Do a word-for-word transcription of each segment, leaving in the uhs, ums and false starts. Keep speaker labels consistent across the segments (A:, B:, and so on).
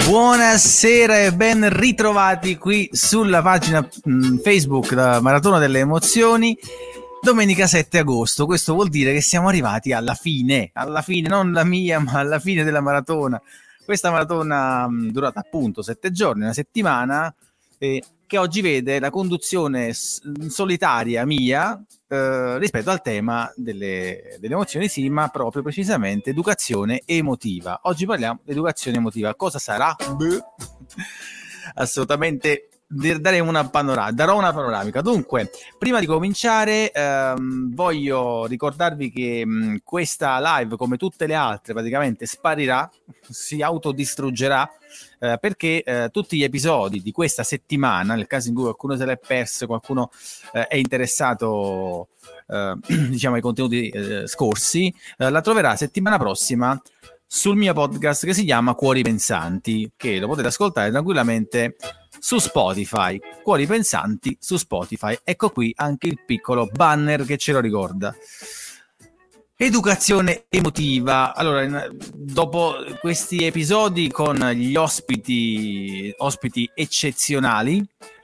A: Buonasera e ben ritrovati qui sulla pagina mh, Facebook la Maratona delle Emozioni. Domenica sette agosto, questo vuol dire che siamo arrivati alla fine, alla fine, non la mia, ma alla fine della maratona. Questa maratona mh, durata appunto sette giorni, una settimana, eh, che oggi vede la conduzione s- solitaria mia eh, rispetto al tema delle, delle emozioni, sì, ma proprio precisamente educazione emotiva. Oggi parliamo di educazione emotiva. Cosa sarà? Beh, assolutamente daremo una panoramica, darò una panoramica. Dunque, prima di cominciare ehm, voglio ricordarvi che mh, questa live, come tutte le altre, praticamente sparirà, si autodistruggerà, eh, perché eh, tutti gli episodi di questa settimana, nel caso in cui qualcuno se l'è perso, qualcuno eh, è interessato eh, diciamo ai contenuti eh, scorsi, eh, la troverà settimana prossima sul mio podcast che si chiama Cuori Pensanti, che lo potete ascoltare tranquillamente su Spotify. Cuori Pensanti su Spotify. Ecco qui anche il piccolo banner che ce lo ricorda. Educazione emotiva. Allora, dopo questi episodi con gli ospiti ospiti eccezionali,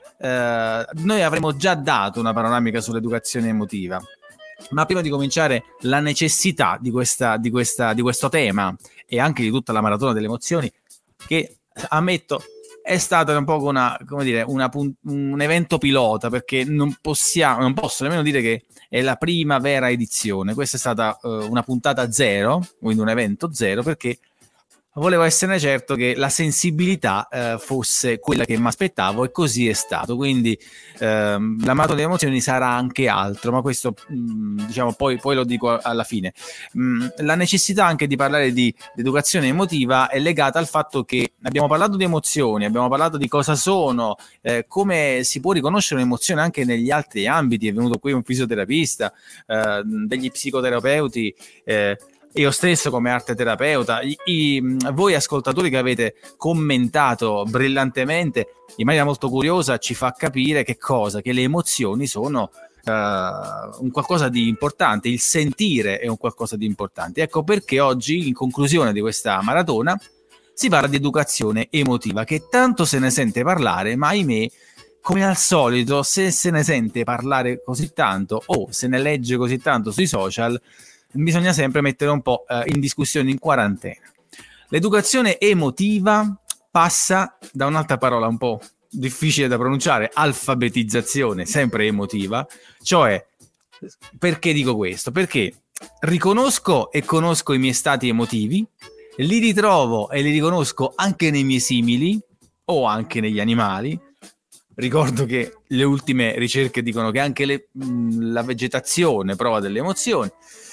A: eh, noi avremmo già dato una panoramica sull'educazione emotiva. Ma prima di cominciare, la necessità di questa di questa di questo tema e anche di tutta la maratona delle emozioni, che ammetto è stata un po' una, come dire, una, un evento pilota, perché non possiamo, non posso nemmeno dire che è la prima vera edizione. Questa è stata uh, una puntata zero, quindi un evento zero, perché volevo essere certo che la sensibilità eh, fosse quella che mi aspettavo, e così è stato. Quindi ehm, la maratona delle emozioni sarà anche altro, ma questo mh, diciamo poi, poi lo dico alla fine. Mh, la necessità anche di parlare di, di educazione emotiva è legata al fatto che abbiamo parlato di emozioni, abbiamo parlato di cosa sono, eh, come si può riconoscere un'emozione anche negli altri ambiti. È venuto qui un fisioterapista, eh, degli psicoterapeuti, eh, io stesso come arte terapeuta, I, i, voi ascoltatori che avete commentato brillantemente in maniera molto curiosa, ci fa capire che cosa? Che le emozioni sono uh, un qualcosa di importante, il sentire è un qualcosa di importante. Ecco perché oggi, in conclusione di questa maratona, si parla di educazione emotiva, che tanto se ne sente parlare, ma ahimè, come al solito, se se ne sente parlare così tanto o se ne legge così tanto sui social, bisogna sempre mettere un po' eh, in discussione, in quarantena. L'educazione emotiva passa da un'altra parola un po' difficile da pronunciare, alfabetizzazione, sempre emotiva. Cioè, perché dico questo? Perché riconosco e conosco i miei stati emotivi, li ritrovo e li riconosco anche nei miei simili o anche negli animali. Ricordo che le ultime ricerche dicono che anche le, mh, la vegetazione prova delle emozioni.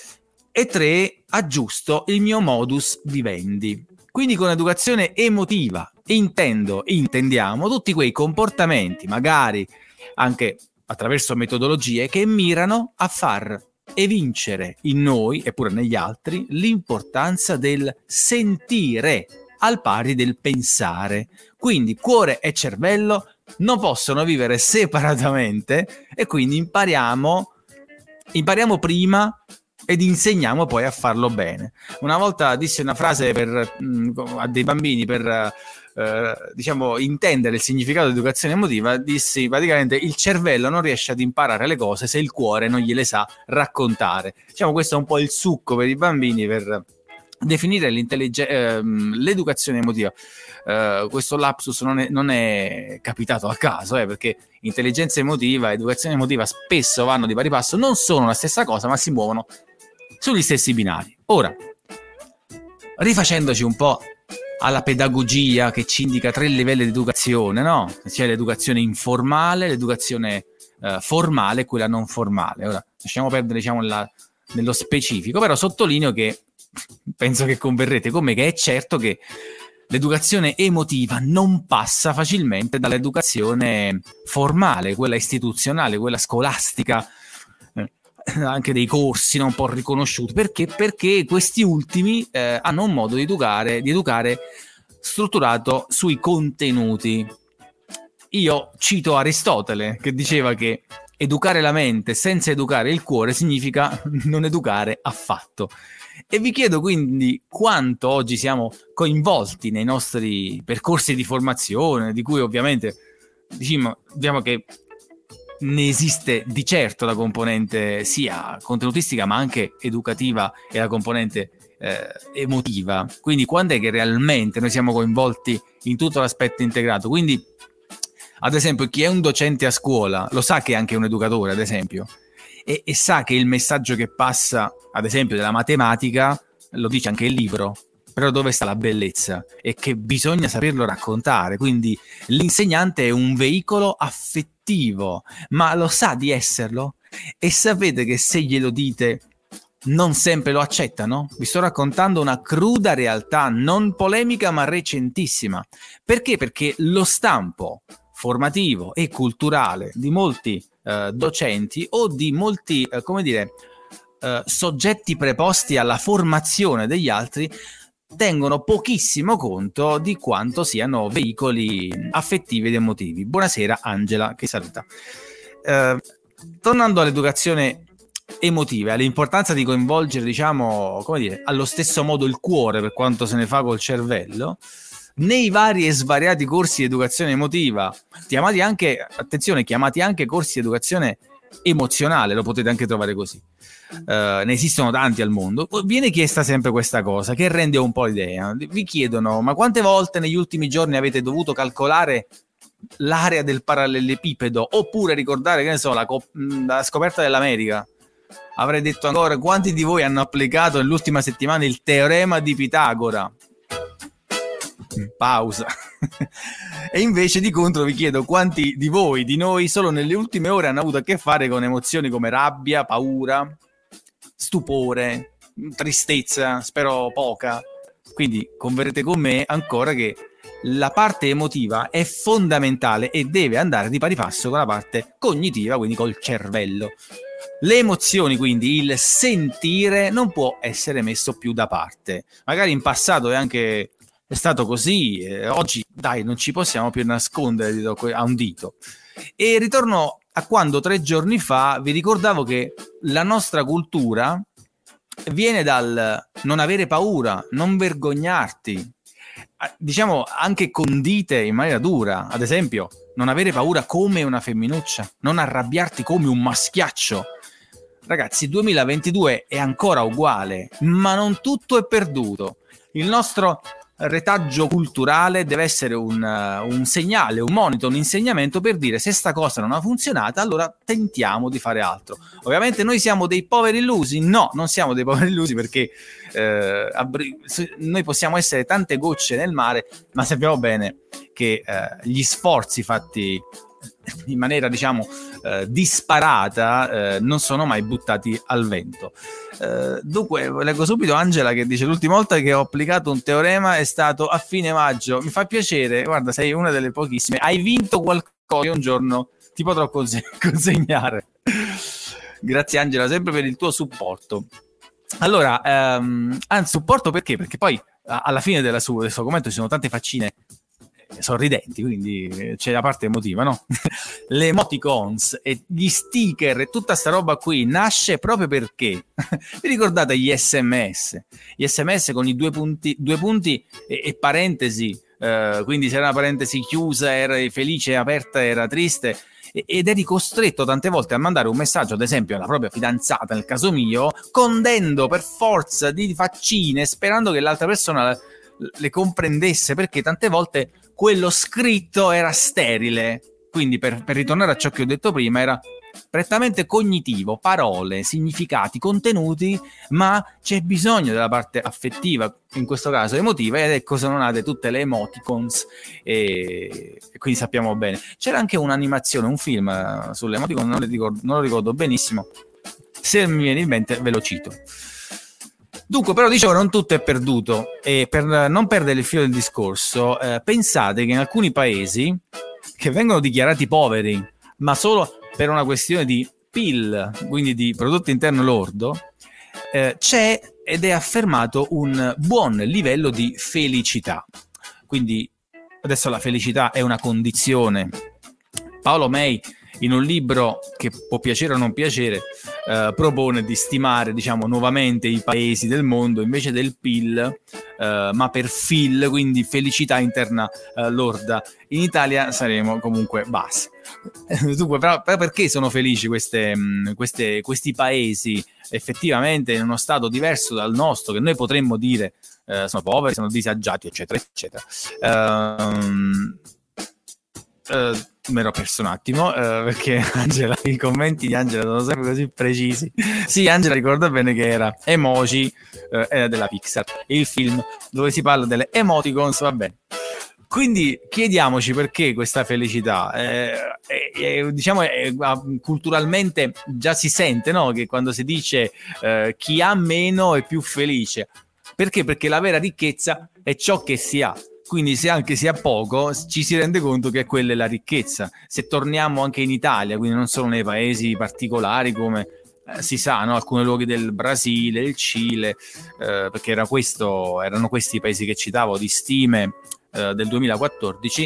A: E tre, aggiusto il mio modus vivendi. Quindi con educazione emotiva intendo, intendiamo tutti quei comportamenti, magari anche attraverso metodologie, che mirano a far evincere in noi, e pure negli altri, l'importanza del sentire al pari del pensare. Quindi cuore e cervello non possono vivere separatamente, e quindi impariamo, impariamo prima ed insegniamo poi a farlo bene. Una volta dissi una frase per, mh, a dei bambini per eh, diciamo intendere il significato di educazione emotiva. Dissi praticamente: il cervello non riesce ad imparare le cose se il cuore non gliele sa raccontare. Diciamo, questo è un po' il succo per i bambini per definire ehm, l'educazione emotiva. Uh, questo lapsus non è, non è capitato a caso, eh, perché intelligenza emotiva e educazione emotiva spesso vanno di pari passo, non sono la stessa cosa, ma si muovono sugli stessi binari. Ora, rifacendoci un po' alla pedagogia che ci indica tre livelli di educazione, no? C'è l'educazione informale, l'educazione uh, formale e quella non formale. Ora, lasciamo perdere, diciamo, la, nello specifico, però sottolineo che penso che converrete con me che è certo che l'educazione emotiva non passa facilmente dall'educazione formale, quella istituzionale, quella scolastica, eh, anche dei corsi non un po' riconosciuti. Perché? Perché questi ultimi eh, hanno un modo di educare, di educare strutturato sui contenuti. Io cito Aristotele, che diceva che educare la mente senza educare il cuore significa non educare affatto. E vi chiedo quindi quanto oggi siamo coinvolti nei nostri percorsi di formazione, di cui ovviamente diciamo, diciamo che ne esiste di certo la componente sia contenutistica ma anche educativa e la componente eh, emotiva. Quindi quando è che realmente noi siamo coinvolti in tutto l'aspetto integrato? Quindi ad esempio chi è un docente a scuola lo sa che è anche un educatore, ad esempio, e, e sa che il messaggio che passa, ad esempio della matematica, lo dice anche il libro, però dove sta la bellezza? E che bisogna saperlo raccontare. Quindi l'insegnante è un veicolo affettivo, ma lo sa di esserlo? E sapete che se glielo dite non sempre lo accettano? Vi sto raccontando una cruda realtà, non polemica ma recentissima. Perché? Perché lo stampo formativo e culturale di molti eh, docenti o di molti, eh, come dire, eh, soggetti preposti alla formazione degli altri tengono pochissimo conto di quanto siano veicoli affettivi ed emotivi. Buonasera Angela, che saluta. Eh, tornando all'educazione emotiva, all'importanza di coinvolgere, diciamo, come dire, allo stesso modo il cuore per quanto se ne fa col cervello, nei vari e svariati corsi di educazione emotiva, chiamati anche, attenzione, chiamati anche corsi di educazione emozionale, lo potete anche trovare così. Uh, ne esistono tanti al mondo. Viene chiesta sempre questa cosa che rende un po' l'idea. Vi chiedono: ma quante volte negli ultimi giorni avete dovuto calcolare l'area del parallelepipedo oppure ricordare, che ne so, la, co- la scoperta dell'America? Avrei detto ancora: quanti di voi hanno applicato nell'ultima settimana il teorema di Pitagora? Pausa. E invece di contro vi chiedo quanti di voi, di noi, solo nelle ultime ore hanno avuto a che fare con emozioni come rabbia, paura, stupore, tristezza, spero poca. Quindi converrete con me ancora che la parte emotiva è fondamentale e deve andare di pari passo con la parte cognitiva, quindi col cervello. Le emozioni, quindi il sentire, non può essere messo più da parte. Magari in passato è anche è stato così, eh, oggi dai non ci possiamo più nascondere a un dito. E ritorno a quando tre giorni fa vi ricordavo che la nostra cultura viene dal non avere paura, non vergognarti, diciamo anche condite in maniera dura. Ad esempio, non avere paura come una femminuccia, non arrabbiarti come un maschiaccio. Ragazzi, duemilaventidue è ancora uguale, ma non tutto è perduto. Il nostro retaggio culturale deve essere un, uh, un segnale, un monito, un insegnamento per dire: se sta cosa non ha funzionato, allora tentiamo di fare altro. Ovviamente noi siamo dei poveri illusi? No, non siamo dei poveri illusi, perché eh, abbri- noi possiamo essere tante gocce nel mare, ma sappiamo bene che eh, gli sforzi fatti in maniera, diciamo, eh, disparata eh, non sono mai buttati al vento. Eh, dunque leggo subito Angela che dice: l'ultima volta che ho applicato un teorema è stato a fine maggio. Mi fa piacere, guarda, sei una delle pochissime, hai vinto qualcosa che un giorno ti potrò conse- consegnare. Grazie Angela, sempre per il tuo supporto. Allora, ehm, anzi, supporto perché? Perché poi a- alla fine della su- del suo commento ci sono tante faccine sorridenti, quindi c'è la parte emotiva, no? Le emoticons e gli sticker e tutta sta roba qui nasce proprio perché vi ricordate gli sms gli sms con i due punti due punti e, e parentesi, eh, quindi se era una parentesi chiusa era felice, aperta era triste, ed eri costretto tante volte a mandare un messaggio, ad esempio alla propria fidanzata, nel caso mio, condendo per forza di faccine, sperando che l'altra persona le comprendesse, perché tante volte quello scritto era sterile. Quindi per, per ritornare a ciò che ho detto prima, era prettamente cognitivo, parole, significati, contenuti, ma c'è bisogno della parte affettiva, in questo caso emotiva, ed ecco sono nate tutte le emoticons e, e quindi sappiamo bene. C'era anche un'animazione, un film sulle emoticons, non, le ricordo, non lo ricordo benissimo, se mi viene in mente ve lo cito. Dunque, però dicevo, non tutto è perduto, e per non perdere il filo del discorso, eh, pensate che in alcuni paesi che vengono dichiarati poveri, ma solo per una questione di P I L, quindi di prodotto interno lordo, eh, c'è ed è affermato un buon livello di felicità. Quindi adesso la felicità è una condizione. Paolo May, in un libro che può piacere o non piacere, eh, propone di stimare, diciamo, nuovamente i paesi del mondo invece del P I L, eh, ma per F I L, quindi felicità interna eh, lorda. In Italia saremo comunque bassi. Dunque, però, però perché sono felici queste, queste, questi paesi effettivamente in uno stato diverso dal nostro, che noi potremmo dire eh, sono poveri, sono disagiati, eccetera, eccetera. Ehm... Uh, mi ero perso un attimo uh, perché Angela, i commenti di Angela sono sempre così precisi. Sì, Angela ricorda bene che era Emoji, uh, era della Pixar, il film dove si parla delle emoticons, va bene. Quindi chiediamoci perché questa felicità, eh, eh, diciamo eh, culturalmente già si sente, no? Che quando si dice eh, chi ha meno è più felice. Perché? Perché la vera ricchezza è ciò che si ha. Quindi se anche si ha poco, ci si rende conto che quella è la ricchezza. Se torniamo anche in Italia, quindi non solo nei paesi particolari come eh, si sa, no? Alcuni luoghi del Brasile, il Cile, eh, perché era questo, erano questi i paesi che citavo di stime eh, del duemilaquattordici.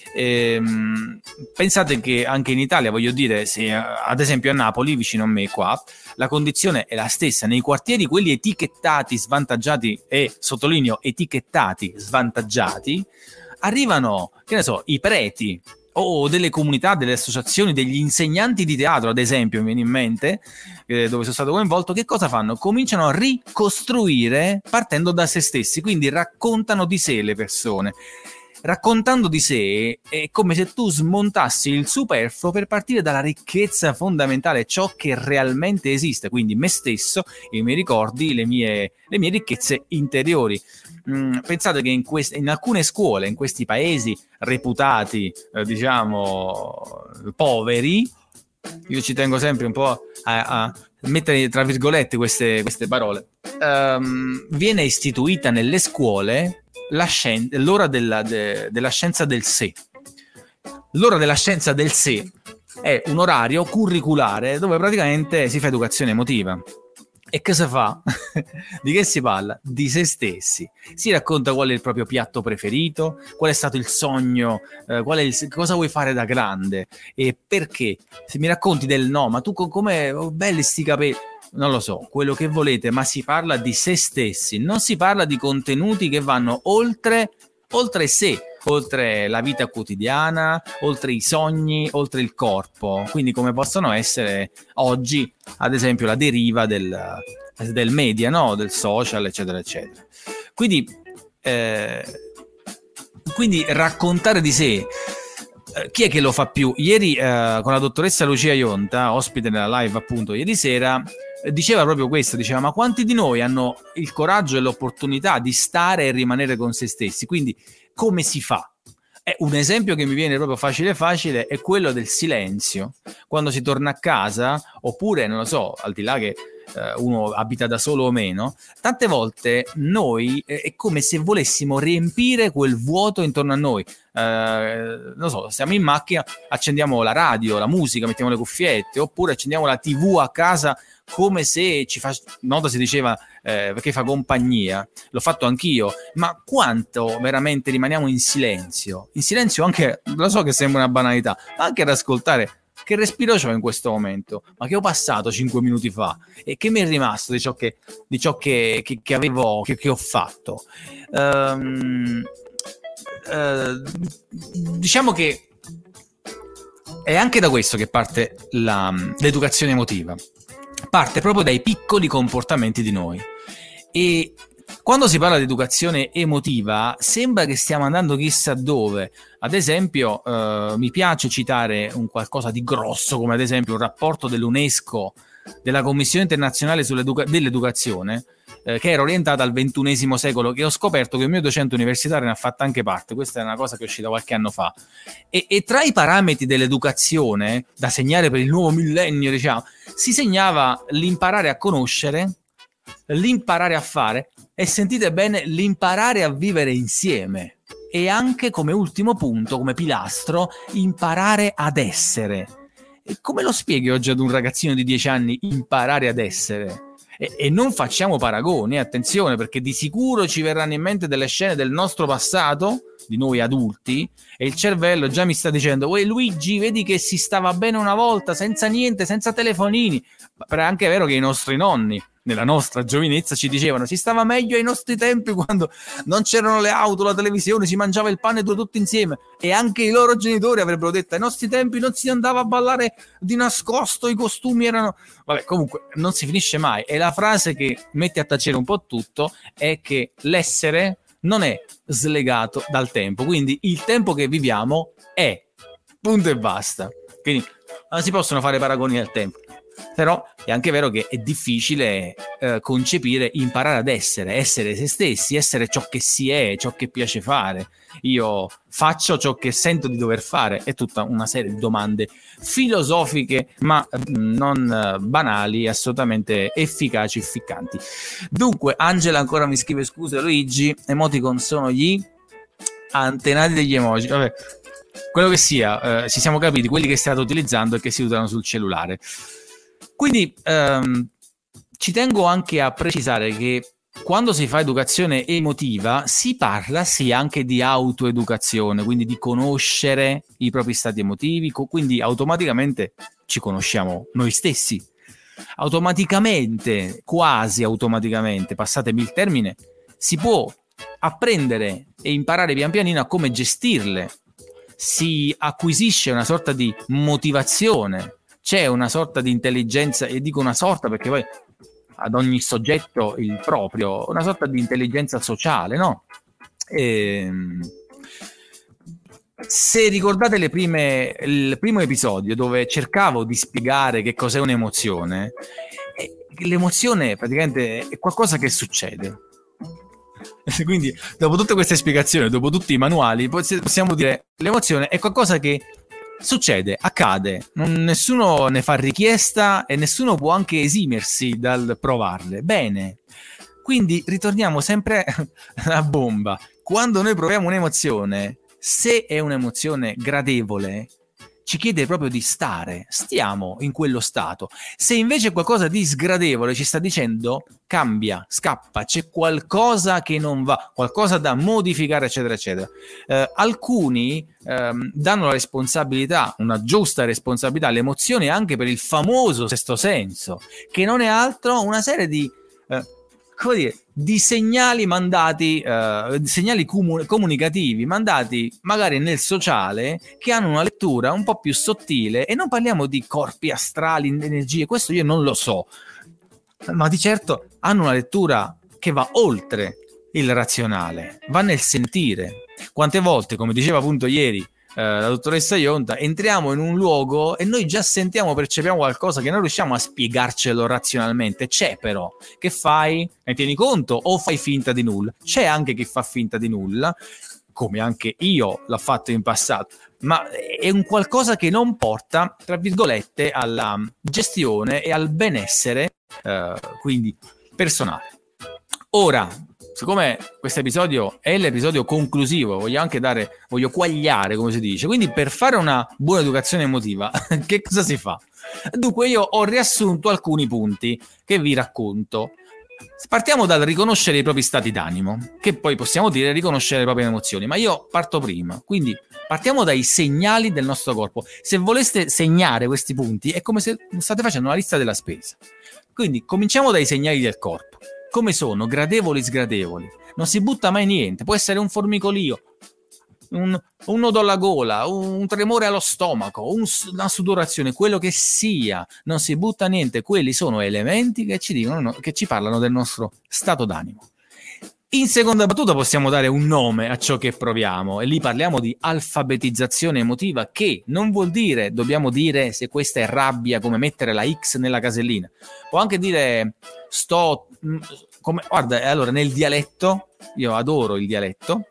A: Ehm, pensate che anche in Italia, voglio dire, se ad esempio a Napoli, vicino a me qua, la condizione è la stessa. Nei quartieri, quelli etichettati svantaggiati, e sottolineo etichettati svantaggiati, arrivano, che ne so, i preti o delle comunità, delle associazioni, degli insegnanti di teatro, ad esempio, mi viene in mente, eh, dove sono stato coinvolto. Che cosa fanno? Cominciano a ricostruire partendo da se stessi, quindi raccontano di sé le persone. Raccontando di sé è come se tu smontassi il superfluo per partire dalla ricchezza fondamentale, ciò che realmente esiste, quindi me stesso, i miei ricordi, le mie, le mie ricchezze interiori. Mm, pensate che in, quest- in alcune scuole, in questi paesi reputati, eh, diciamo, poveri, io ci tengo sempre un po' a, a mettere tra virgolette queste, queste parole, um, viene istituita nelle scuole la scien- l'ora della, de- della scienza del sé. L'ora della scienza del sé è un orario curriculare dove praticamente si fa educazione emotiva. E che si fa? Di che si parla? Di se stessi. Si racconta qual è il proprio piatto preferito, qual è stato il sogno, eh, qual è il, cosa vuoi fare da grande e perché. Se mi racconti del no, ma tu come oh, belli sti capelli, non lo so, quello che volete, ma si parla di se stessi, non si parla di contenuti che vanno oltre, oltre sé, oltre la vita quotidiana, oltre i sogni, oltre il corpo. Quindi come possono essere oggi, ad esempio, la deriva del, del media, no? Del social, eccetera, eccetera. Quindi, eh, quindi raccontare di sé. Chi è che lo fa più? Ieri eh, con la dottoressa Lucia Ionta, ospite nella live appunto ieri sera, eh, diceva proprio questo, diceva ma quanti di noi hanno il coraggio e l'opportunità di stare e rimanere con se stessi? Quindi come si fa? Eh, un esempio che mi viene proprio facile facile è quello del silenzio. Quando si torna a casa, oppure non lo so, al di là che eh, uno abita da solo o meno, tante volte noi eh, è come se volessimo riempire quel vuoto intorno a noi. Uh, non so, stiamo in macchina, accendiamo la radio, la musica, mettiamo le cuffiette, oppure accendiamo la tivù a casa come se ci fa, nota si diceva eh, perché fa compagnia. L'ho fatto anch'io, ma quanto veramente rimaniamo in silenzio? In silenzio anche, lo so che sembra una banalità, ma anche ad ascoltare che respiro c'ho in questo momento, ma che ho passato cinque minuti fa e che mi è rimasto di ciò che, di ciò che, che, che avevo, che, che ho fatto. Um, Uh, diciamo che è anche da questo che parte la, l'educazione emotiva, parte proprio dai piccoli comportamenti di noi. E quando si parla di educazione emotiva sembra che stiamo andando chissà dove. Ad esempio uh, mi piace citare un qualcosa di grosso, come ad esempio un rapporto dell'UNESCO, della Commissione internazionale sull'educa- dell'educazione, eh, che era orientata al ventunesimo secolo, che ho scoperto che il mio docente universitario ne ha fatta anche parte. Questa è una cosa che è uscita qualche anno fa. E, e tra i parametri dell'educazione da segnare per il nuovo millennio, diciamo, si segnava l'imparare a conoscere, l'imparare a fare e, sentite bene, l'imparare a vivere insieme. E anche come ultimo punto, come pilastro, imparare ad essere. E come lo spieghi oggi ad un ragazzino di dieci anni imparare ad essere? e, e non facciamo paragoni, attenzione, perché di sicuro ci verranno in mente delle scene del nostro passato, di noi adulti, e il cervello già mi sta dicendo: uè Luigi, vedi che si stava bene una volta, senza niente, senza telefonini. Però è anche vero che i nostri nonni nella nostra giovinezza ci dicevano: si stava meglio ai nostri tempi, quando non c'erano le auto, la televisione, si mangiava il pane tutti insieme. E anche i loro genitori avrebbero detto: ai nostri tempi non si andava a ballare di nascosto, i costumi erano... Vabbè, comunque non si finisce mai. E la frase che mette a tacere un po' tutto è che l'essere non è slegato dal tempo, quindi il tempo che viviamo è, punto e basta. Quindi non si possono fare paragoni al tempo. Però è anche vero che è difficile eh, concepire, imparare ad essere, essere se stessi, essere ciò che si è, ciò che piace fare. Io faccio ciò che sento di dover fare. È tutta una serie di domande filosofiche, ma non banali, assolutamente efficaci e ficcanti. Dunque, Angela ancora mi scrive: scusa Luigi, emoticon sono gli antenati degli emoji. Vabbè, quello che sia, eh, ci siamo capiti, quelli che state utilizzando e che si usano sul cellulare. Quindi ehm, ci tengo anche a precisare che quando si fa educazione emotiva si parla sì anche di autoeducazione, quindi di conoscere i propri stati emotivi, quindi automaticamente ci conosciamo noi stessi. Automaticamente, quasi automaticamente, passatemi il termine, si può apprendere e imparare pian pianino a come gestirle. Si acquisisce una sorta di motivazione, c'è una sorta di intelligenza, e dico una sorta perché poi ad ogni soggetto il proprio, una sorta di intelligenza sociale, no? E, se ricordate le prime, il primo episodio dove cercavo di spiegare che cos'è un'emozione, l'emozione praticamente è qualcosa che succede. Quindi dopo tutte queste spiegazioni, dopo tutti i manuali, possiamo dire che l'emozione è qualcosa che succede, accade, non, nessuno ne fa richiesta e nessuno può anche esimersi dal provarle. Bene, quindi ritorniamo sempre alla bomba. Quando noi proviamo un'emozione, se è un'emozione gradevole, ci chiede proprio di stare, stiamo in quello stato. Se invece è qualcosa di sgradevole, ci sta dicendo cambia, scappa, c'è qualcosa che non va, qualcosa da modificare, eccetera, eccetera. Eh, alcuni ehm, danno la responsabilità, una giusta responsabilità alle emozioni anche per il famoso sesto senso, che non è altro una serie di... Eh, come dire, di segnali mandati, eh, segnali comu- comunicativi mandati magari nel sociale, che hanno una lettura un po' più sottile, e non parliamo di corpi astrali, energie, questo io non lo so, ma di certo hanno una lettura che va oltre il razionale, va nel sentire. Quante volte, come diceva appunto ieri Uh, la dottoressa Ionta, entriamo in un luogo e noi già sentiamo, percepiamo qualcosa che non riusciamo a spiegarcelo razionalmente. C'è però, che fai? Ne tieni conto o fai finta di nulla? C'è anche chi fa finta di nulla, come anche io l'ho fatto in passato, ma è un qualcosa che non porta, tra virgolette, alla gestione e al benessere uh, quindi personale. Ora, siccome questo episodio è l'episodio conclusivo, voglio anche dare, voglio quagliare, come si dice, quindi per fare una buona educazione emotiva, che cosa si fa? Dunque io ho riassunto alcuni punti che vi racconto. Partiamo dal riconoscere i propri stati d'animo, che poi possiamo dire riconoscere le proprie emozioni, ma io parto prima, quindi partiamo dai segnali del nostro corpo. Se voleste segnare questi punti è come se state facendo una lista della spesa. Quindi cominciamo dai segnali del corpo. Come sono? Gradevoli, sgradevoli. Non si butta mai niente. Può essere un formicolio, un, un nodo alla gola, un tremore allo stomaco, un, una sudorazione, quello che sia. Non si butta niente. Quelli sono elementi che ci dicono, che ci parlano del nostro stato d'animo. In seconda battuta possiamo dare un nome a ciò che proviamo, e lì parliamo di alfabetizzazione emotiva, che non vuol dire, dobbiamo dire se questa è rabbia, come mettere la X nella casellina. Può anche dire sto... Come, guarda, allora nel dialetto, io adoro il dialetto,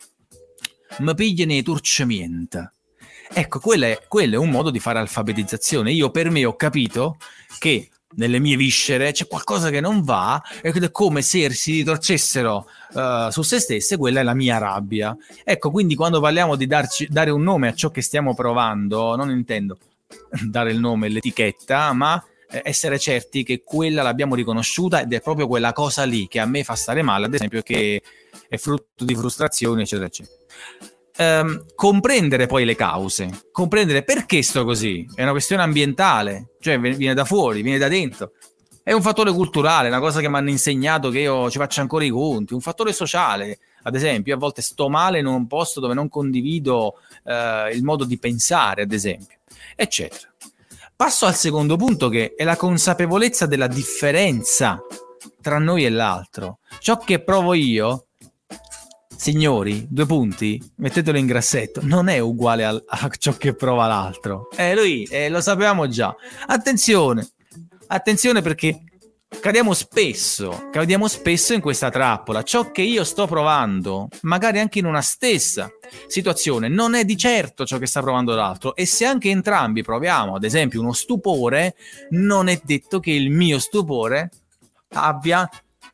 A: mi pigliano i turcimento. Ecco, quello è, quello è un modo di fare alfabetizzazione. Io per me ho capito che nelle mie viscere c'è qualcosa che non va, ed è come se si ritorcessero uh, su se stesse. Quella è la mia rabbia. Ecco, quindi quando parliamo di darci, dare un nome a ciò che stiamo provando, non intendo dare il nome, l'etichetta, ma essere certi che quella l'abbiamo riconosciuta ed è proprio quella cosa lì che a me fa stare male, ad esempio, che è frutto di frustrazioni, eccetera, eccetera. Um, comprendere poi le cause, comprendere perché sto così, è una questione ambientale, cioè viene da fuori, viene da dentro, è un fattore culturale, una cosa che mi hanno insegnato che io ci faccio ancora i conti, un fattore sociale, ad esempio, io a volte sto male in un posto dove non condivido uh, il modo di pensare, ad esempio, eccetera. Passo al secondo punto, che è la consapevolezza della differenza tra noi e l'altro. Ciò che provo io, signori, due punti, mettetelo in grassetto, non è uguale a, a ciò che prova l'altro. Eh, lui, eh, lo sapevamo già. Attenzione, attenzione, perché cadiamo spesso, cadiamo spesso in questa trappola. Ciò che io sto provando, magari anche in una stessa situazione, non è di certo ciò che sta provando l'altro. E se anche entrambi proviamo, ad esempio, uno stupore, non è detto che il mio stupore abbia,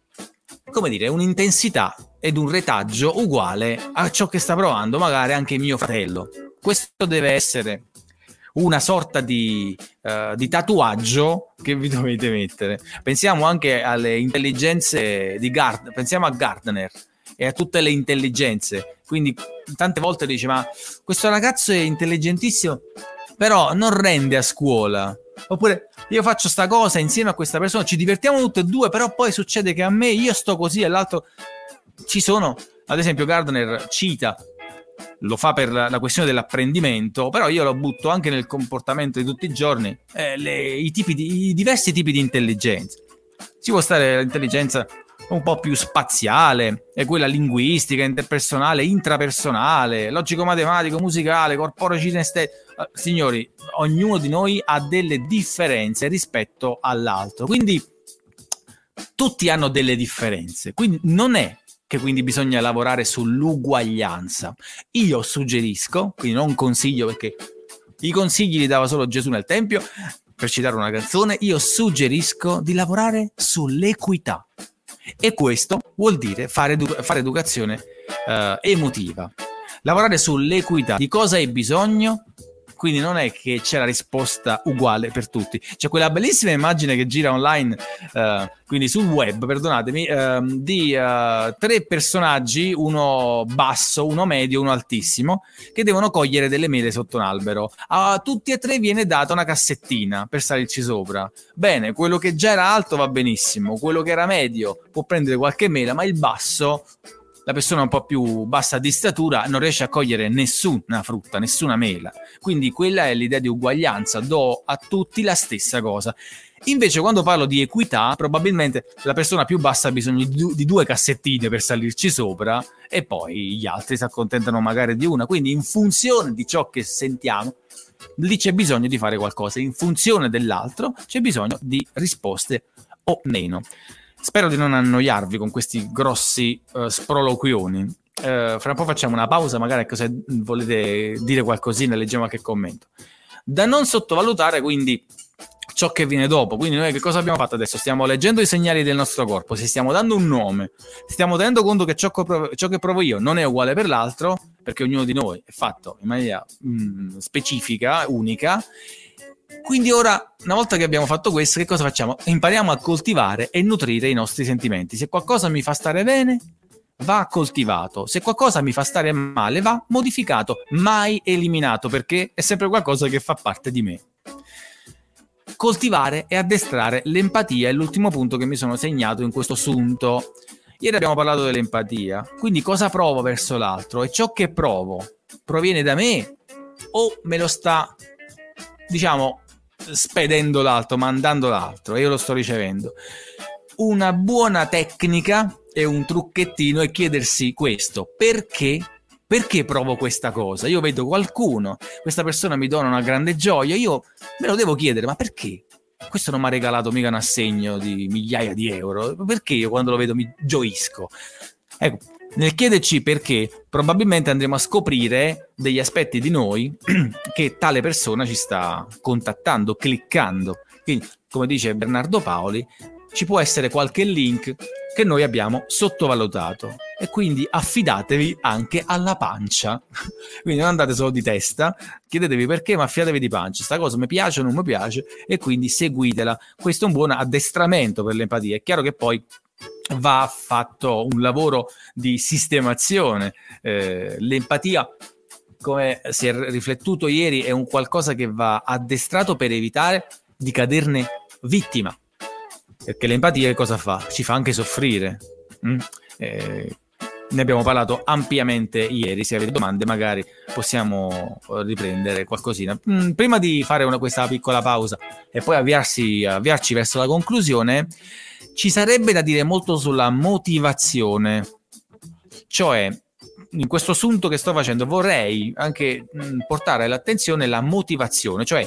A: come dire, un'intensità ed un retaggio uguale a ciò che sta provando magari anche mio fratello. Questo deve essere una sorta di, uh, di tatuaggio che vi dovete mettere. Pensiamo anche alle intelligenze di Gard- pensiamo a Gardner e a tutte le intelligenze. Quindi tante volte dice: ma questo ragazzo è intelligentissimo, però non rende a scuola. Oppure io faccio sta cosa insieme a questa persona, ci divertiamo tutte e due, però poi succede che a me io sto così e l'altro. Ci sono, ad esempio, Gardner cita, lo fa per la, la questione dell'apprendimento, però io lo butto anche nel comportamento di tutti i giorni, eh, le, i, tipi di, i diversi tipi di intelligenza. Ci può stare l'intelligenza un po' più spaziale, è quella linguistica, interpersonale, intrapersonale, logico-matematico, musicale, corporo-cinestetico. Signori, ognuno di noi ha delle differenze rispetto all'altro, quindi tutti hanno delle differenze, quindi non è che quindi bisogna lavorare sull'uguaglianza. Io suggerisco, quindi non consiglio, perché i consigli li dava solo Gesù nel Tempio, per citare una canzone, io suggerisco di lavorare sull'equità. E questo vuol dire fare, edu- fare educazione uh, emotiva. Lavorare sull'equità. Di cosa hai bisogno? Quindi non è che c'è la risposta uguale per tutti. C'è quella bellissima immagine che gira online, uh, quindi sul web, perdonatemi, uh, di uh, tre personaggi, uno basso, uno medio, uno altissimo, che devono cogliere delle mele sotto un albero. A tutti e tre viene data una cassettina per salirci sopra. Bene, quello che già era alto va benissimo, quello che era medio può prendere qualche mela, ma il basso, la persona un po' più bassa di statura, non riesce a cogliere nessuna frutta, nessuna mela. Quindi quella è l'idea di uguaglianza, do a tutti la stessa cosa. Invece quando parlo di equità, probabilmente la persona più bassa ha bisogno di, du- di due cassettine per salirci sopra e poi gli altri si accontentano magari di una. Quindi in funzione di ciò che sentiamo, lì c'è bisogno di fare qualcosa. In funzione dell'altro c'è bisogno di risposte o meno. Spero di non annoiarvi con questi grossi uh, sproloquioni. Uh, fra un po' facciamo una pausa, magari ecco, se volete dire qualcosina, leggiamo qualche commento. Da non sottovalutare quindi ciò che viene dopo. Quindi noi che cosa abbiamo fatto adesso? Stiamo leggendo i segnali del nostro corpo, si stiamo dando un nome, stiamo tenendo conto che ciò che provo, ciò che provo io non è uguale per l'altro, perché ognuno di noi è fatto in maniera mh, specifica, unica. Quindi ora, una volta che abbiamo fatto questo, che cosa facciamo? Impariamo a coltivare e nutrire i nostri sentimenti. Se qualcosa mi fa stare bene, va coltivato. Se qualcosa mi fa stare male, va modificato, mai eliminato, perché è sempre qualcosa che fa parte di me. Coltivare e addestrare l'empatia è l'ultimo punto che mi sono segnato in questo sunto. Ieri abbiamo parlato dell'empatia, quindi cosa provo verso l'altro? E ciò che provo proviene da me o me lo sta, diciamo, spedendo l'altro, mandando l'altro e io lo sto ricevendo? Una buona tecnica e un trucchettino è chiedersi questo: perché? Perché provo questa cosa? Io vedo qualcuno, questa persona mi dona una grande gioia, io me lo devo chiedere: ma perché? Questo non mi ha regalato mica un assegno di migliaia di euro, perché io quando lo vedo mi gioisco? Ecco, nel chiederci perché, probabilmente andremo a scoprire degli aspetti di noi che tale persona ci sta contattando, cliccando. Quindi, come dice Bernardo Paoli, ci può essere qualche link che noi abbiamo sottovalutato, e quindi affidatevi anche alla pancia. Quindi non andate solo di testa, chiedetevi perché, ma affidatevi di pancia. Sta cosa mi piace o non mi piace, e quindi seguitela. Questo è un buon addestramento per l'empatia. È chiaro che poi va fatto un lavoro di sistemazione. Eh, l'empatia, come si è riflettuto ieri, è un qualcosa che va addestrato per evitare di caderne vittima, perché l'empatia cosa fa? Ci fa anche soffrire. Mm? Eh, ne abbiamo parlato ampiamente ieri. Se avete domande magari possiamo riprendere qualcosina. Mm, prima di fare una, questa piccola pausa e poi avviarsi, avviarci verso la conclusione, ci sarebbe da dire molto sulla motivazione. Cioè, in questo assunto che sto facendo vorrei anche mh, portare all'attenzione la motivazione, cioè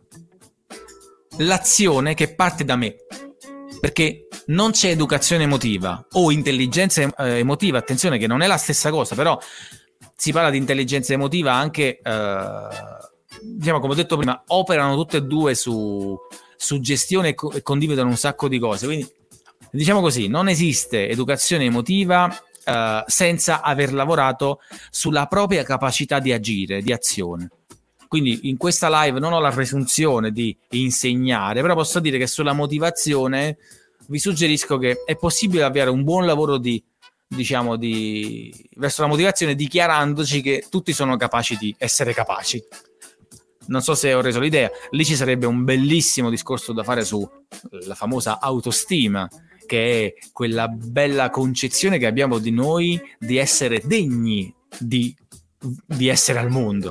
A: l'azione che parte da me, perché non c'è educazione emotiva o intelligenza eh, emotiva, attenzione che non è la stessa cosa, però si parla di intelligenza emotiva anche, eh, diciamo, come ho detto prima, operano tutte e due su, su gestione e, co- e condividono un sacco di cose, quindi diciamo così, non esiste educazione emotiva Uh, senza aver lavorato sulla propria capacità di agire, di azione. Quindi in questa live non ho la presunzione di insegnare, però posso dire che sulla motivazione vi suggerisco che è possibile avviare un buon lavoro di, diciamo, di verso la motivazione, dichiarandoci che tutti sono capaci di essere capaci. Non so se ho reso l'idea. Lì ci sarebbe un bellissimo discorso da fare sulla famosa autostima, che è quella bella concezione che abbiamo di noi di essere degni di, di essere al mondo.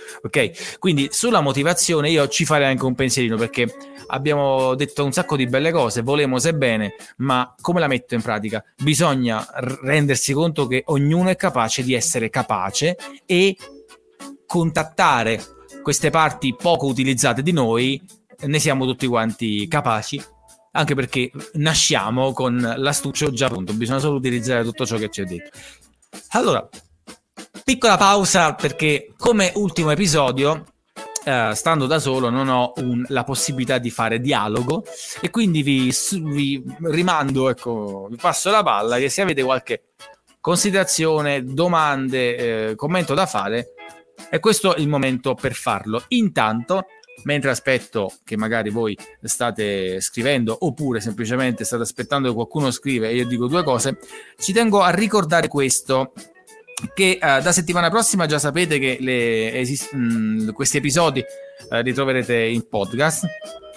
A: Ok? Quindi sulla motivazione io ci farei anche un pensierino, perché abbiamo detto un sacco di belle cose, volemo se bene, ma come la metto in pratica? Bisogna rendersi conto che ognuno è capace di essere capace e contattare queste parti poco utilizzate di noi. Ne siamo tutti quanti capaci, anche perché nasciamo con l'astuccio già pronto, bisogna solo utilizzare tutto ciò che ci è detto. Allora, piccola pausa, perché come ultimo episodio, eh, stando da solo, non ho un, la possibilità di fare dialogo, e quindi vi, vi rimando, ecco, vi passo la palla, che se avete qualche considerazione, domande, eh, commento da fare, è questo il momento per farlo. Intanto, mentre aspetto che magari voi state scrivendo, oppure semplicemente state aspettando che qualcuno scrive e io dico due cose, ci tengo a ricordare questo, che uh, da settimana prossima già sapete che le, esist- mh, questi episodi uh, li troverete in podcast,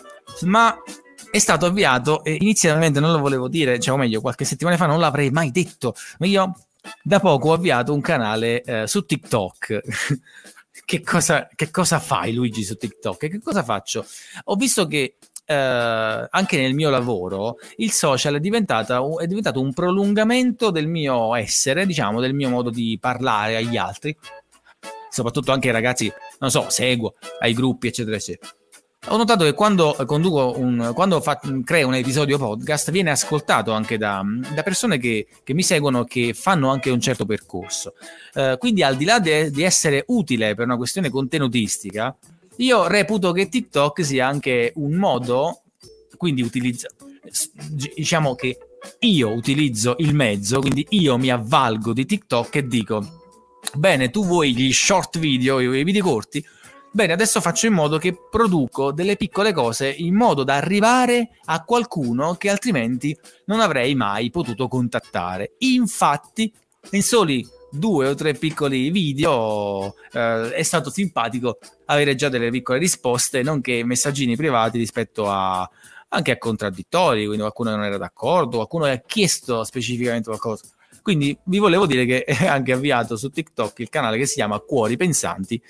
A: ma è stato avviato, e inizialmente non lo volevo dire, cioè o meglio qualche settimana fa non l'avrei mai detto, ma io da poco ho avviato un canale uh, su TikTok. Che cosa, che cosa fai, Luigi, su TikTok? Che cosa faccio? Ho visto che eh, anche nel mio lavoro il social è, diventata, è diventato un prolungamento del mio essere, diciamo, del mio modo di parlare agli altri, soprattutto anche ai ragazzi, non so, seguo, ai gruppi, eccetera, eccetera. Ho notato che quando conduco un, quando fa, creo un episodio podcast viene ascoltato anche da, da persone che, che mi seguono, che fanno anche un certo percorso. Uh, quindi al di là de, di essere utile per una questione contenutistica, io reputo che TikTok sia anche un modo, quindi utilizza, diciamo che io utilizzo il mezzo, quindi io mi avvalgo di TikTok e dico, bene, tu vuoi gli short video, i video corti? Bene, adesso faccio in modo che produco delle piccole cose in modo da arrivare a qualcuno che altrimenti non avrei mai potuto contattare. Infatti, in soli due o tre piccoli video eh, è stato simpatico avere già delle piccole risposte, nonché messaggini privati rispetto a anche a contraddittori, quindi qualcuno non era d'accordo, qualcuno ha chiesto specificamente qualcosa. Quindi vi volevo dire che è anche avviato su TikTok il canale che si chiama Cuori Pensanti,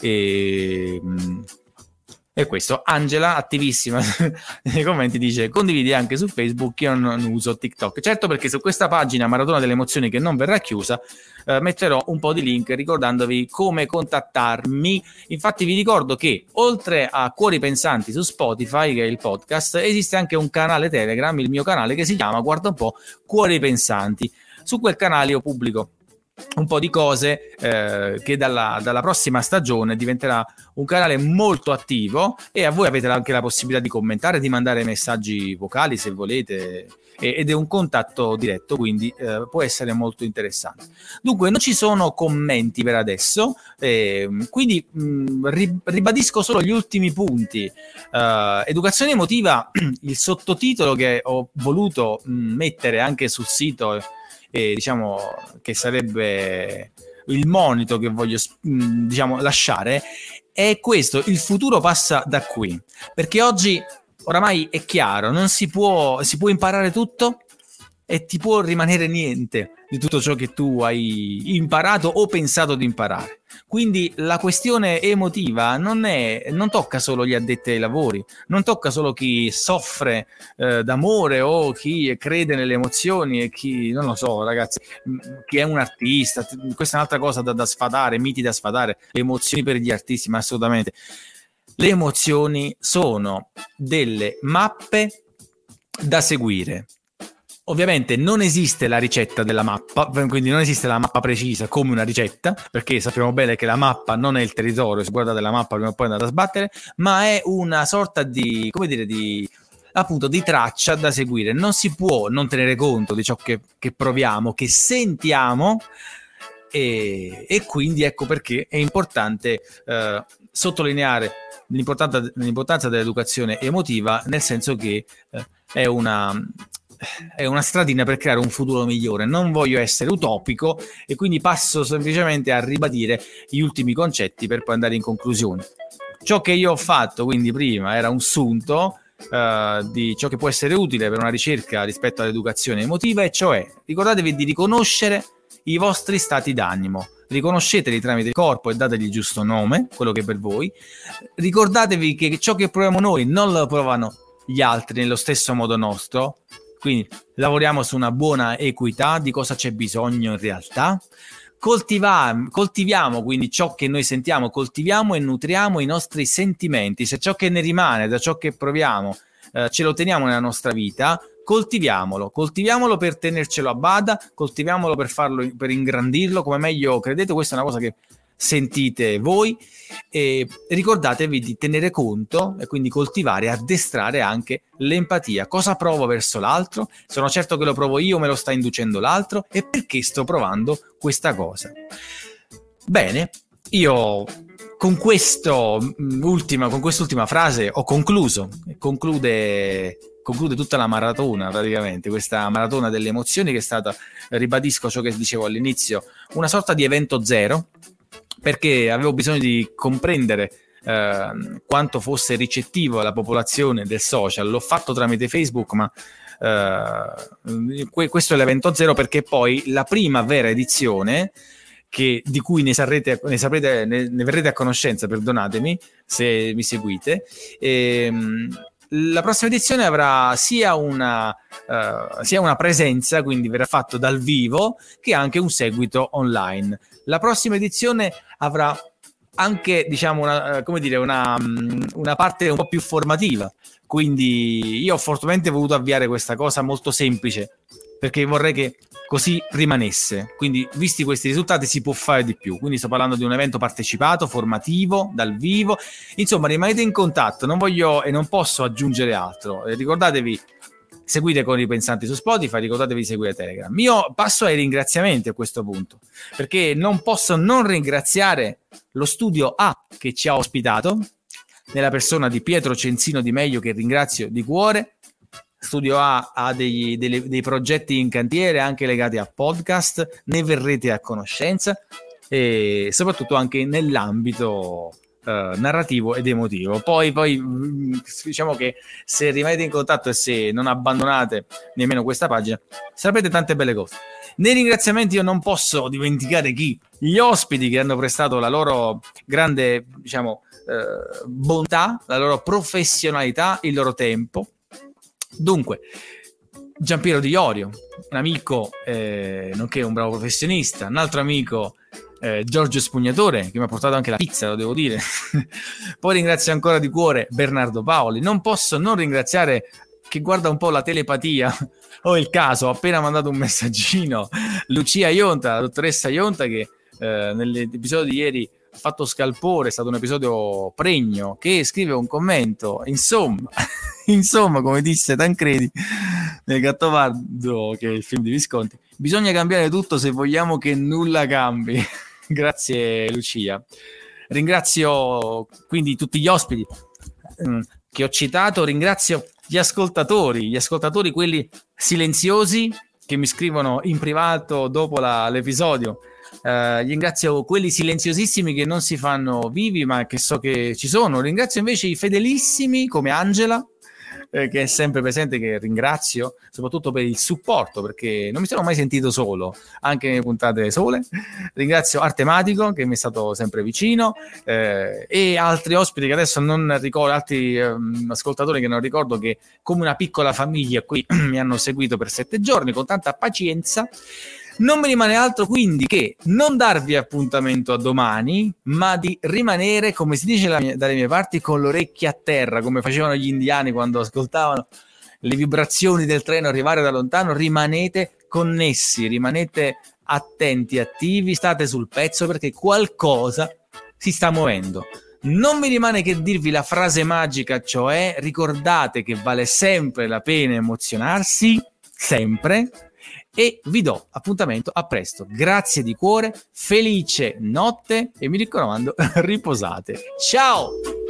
A: e, e questo. Angela, attivissima nei commenti, dice condividi anche su Facebook, io non uso TikTok. Certo, perché su questa pagina Maratona delle Emozioni, che non verrà chiusa, eh, metterò un po' di link ricordandovi come contattarmi. Infatti vi ricordo che oltre a Cuori Pensanti su Spotify, che è il podcast, esiste anche un canale Telegram, il mio canale, che si chiama, guarda un po', Cuori Pensanti. Su quel canale io pubblico un po' di cose eh, che dalla, dalla prossima stagione diventerà un canale molto attivo, e a voi avete anche la possibilità di commentare, di mandare messaggi vocali se volete, e, ed è un contatto diretto, quindi eh, può essere molto interessante. Dunque non ci sono commenti per adesso, eh, quindi mh, ribadisco solo gli ultimi punti. Uh, educazione emotiva, il sottotitolo che ho voluto mh, mettere anche sul sito, e diciamo che sarebbe il monito che voglio diciamo lasciare, è questo: il futuro passa da qui, perché oggi oramai è chiaro, non si può si può imparare tutto e ti può rimanere niente di tutto ciò che tu hai imparato o pensato di imparare. Quindi la questione emotiva non è non tocca solo gli addetti ai lavori, non tocca solo chi soffre eh, d'amore o chi crede nelle emozioni e chi, non lo so ragazzi, chi è un artista. Questa è un'altra cosa da, da sfatare, miti da sfatare, le emozioni per gli artisti, ma assolutamente. Le emozioni sono delle mappe da seguire. Ovviamente non esiste la ricetta della mappa, quindi non esiste la mappa precisa come una ricetta, perché sappiamo bene che la mappa non è il territorio, se guardate la mappa prima o poi andate a sbattere, ma è una sorta di, come dire, di appunto di traccia da seguire. Non si può non tenere conto di ciò che, che proviamo, che sentiamo, e, e quindi ecco perché è importante eh, sottolineare l'importanza, l'importanza dell'educazione emotiva, nel senso che eh, è una... è una stradina per creare un futuro migliore. Non voglio essere utopico e quindi passo semplicemente a ribadire gli ultimi concetti per poi andare in conclusione. Ciò che io ho fatto quindi prima era un sunto uh, di ciò che può essere utile per una ricerca rispetto all'educazione emotiva, e cioè ricordatevi di riconoscere i vostri stati d'animo, riconosceteli tramite il corpo e dategli il giusto nome, quello che è per voi. Ricordatevi che ciò che proviamo noi non lo provano gli altri nello stesso modo nostro. Quindi lavoriamo su una buona equità di cosa c'è bisogno in realtà. Coltiviamo, coltiviamo quindi ciò che noi sentiamo, coltiviamo e nutriamo i nostri sentimenti. Se ciò che ne rimane da ciò che proviamo eh, ce lo teniamo nella nostra vita, coltiviamolo, coltiviamolo per tenercelo a bada, coltiviamolo per farlo, per ingrandirlo come meglio credete. Questa è una cosa che sentite voi, e ricordatevi di tenere conto e quindi coltivare e addestrare anche l'empatia. Cosa provo verso l'altro? Sono certo che lo provo io, me lo sta inducendo l'altro, e perché sto provando questa cosa? Bene, io con questo ultima, con quest'ultima frase ho concluso. Conclude conclude tutta la maratona, praticamente questa maratona delle emozioni, che è stata, ribadisco ciò che dicevo all'inizio, una sorta di evento zero, perché avevo bisogno di comprendere eh, quanto fosse ricettivo la popolazione del social. L'ho fatto tramite Facebook, ma eh, questo è l'evento zero, perché poi la prima vera edizione, che, di cui ne, sarrete, ne, saprete, ne, ne verrete a conoscenza, perdonatemi se mi seguite, ehm, la prossima edizione avrà sia una, uh, sia una presenza, quindi verrà fatto dal vivo, che anche un seguito online. La prossima edizione avrà anche, diciamo, una, come dire, una, una parte un po' più formativa. Quindi io ho fortemente voluto avviare questa cosa molto semplice, perché vorrei che così rimanesse. Quindi, visti questi risultati, si può fare di più. Quindi sto parlando di un evento partecipato, formativo, dal vivo. Insomma, rimanete in contatto. Non voglio e non posso aggiungere altro. Eh, ricordatevi, seguite Con i Pensanti su Spotify, ricordatevi di seguire Telegram. Io passo ai ringraziamenti a questo punto, perché non posso non ringraziare lo studio A che ci ha ospitato, nella persona di Pietro Cenzino Di Meglio, che ringrazio di cuore. Studio A ha degli, dei, dei progetti in cantiere anche legati a podcast, ne verrete a conoscenza, e soprattutto anche nell'ambito uh, narrativo ed emotivo. Poi, poi diciamo che se rimanete in contatto e se non abbandonate nemmeno questa pagina, saprete tante belle cose. Nei ringraziamenti io non posso dimenticare chi? Gli ospiti che hanno prestato la loro grande, diciamo, uh, bontà, la loro professionalità, il loro tempo. Dunque, Giampiero Di Iorio, un amico eh, nonché un bravo professionista, un altro amico eh, Giorgio Spugnatore, che mi ha portato anche la pizza, lo devo dire. Poi ringrazio ancora di cuore Bernardo Paoli. Non posso non ringraziare, che guarda un po' la telepatia o il caso, ho appena mandato un messaggino Lucia Ionta, la dottoressa Ionta, che eh, nell'episodio di ieri ha fatto scalpore, è stato un episodio pregno, che scrive un commento, insomma, insomma, come disse Tancredi nel Gattopardo, che è il film di Visconti, bisogna cambiare tutto se vogliamo che nulla cambi. Grazie Lucia. Ringrazio quindi tutti gli ospiti mh, che ho citato, ringrazio gli ascoltatori, gli ascoltatori quelli silenziosi che mi scrivono in privato dopo la, l'episodio. Uh, ringrazio quelli silenziosissimi che non si fanno vivi ma che so che ci sono. Ringrazio invece i fedelissimi come Angela, eh, che è sempre presente, che ringrazio soprattutto per il supporto, perché non mi sono mai sentito solo anche nelle puntate sole. Ringrazio Artematico che mi è stato sempre vicino, eh, e altri ospiti che adesso non ricordo, altri eh, ascoltatori che non ricordo, che come una piccola famiglia qui mi hanno seguito per sette giorni con tanta pazienza. Non mi rimane altro quindi che non darvi appuntamento a domani, ma di rimanere, come si dice dalle mie parti, con l'orecchia a terra, come facevano gli indiani quando ascoltavano le vibrazioni del treno arrivare da lontano. Rimanete connessi, rimanete attenti, attivi, state sul pezzo, perché qualcosa si sta muovendo. Non mi rimane che dirvi la frase magica, cioè ricordate che vale sempre la pena emozionarsi, sempre. E vi do appuntamento a presto. Grazie di cuore, felice notte e mi raccomando, riposate. Ciao!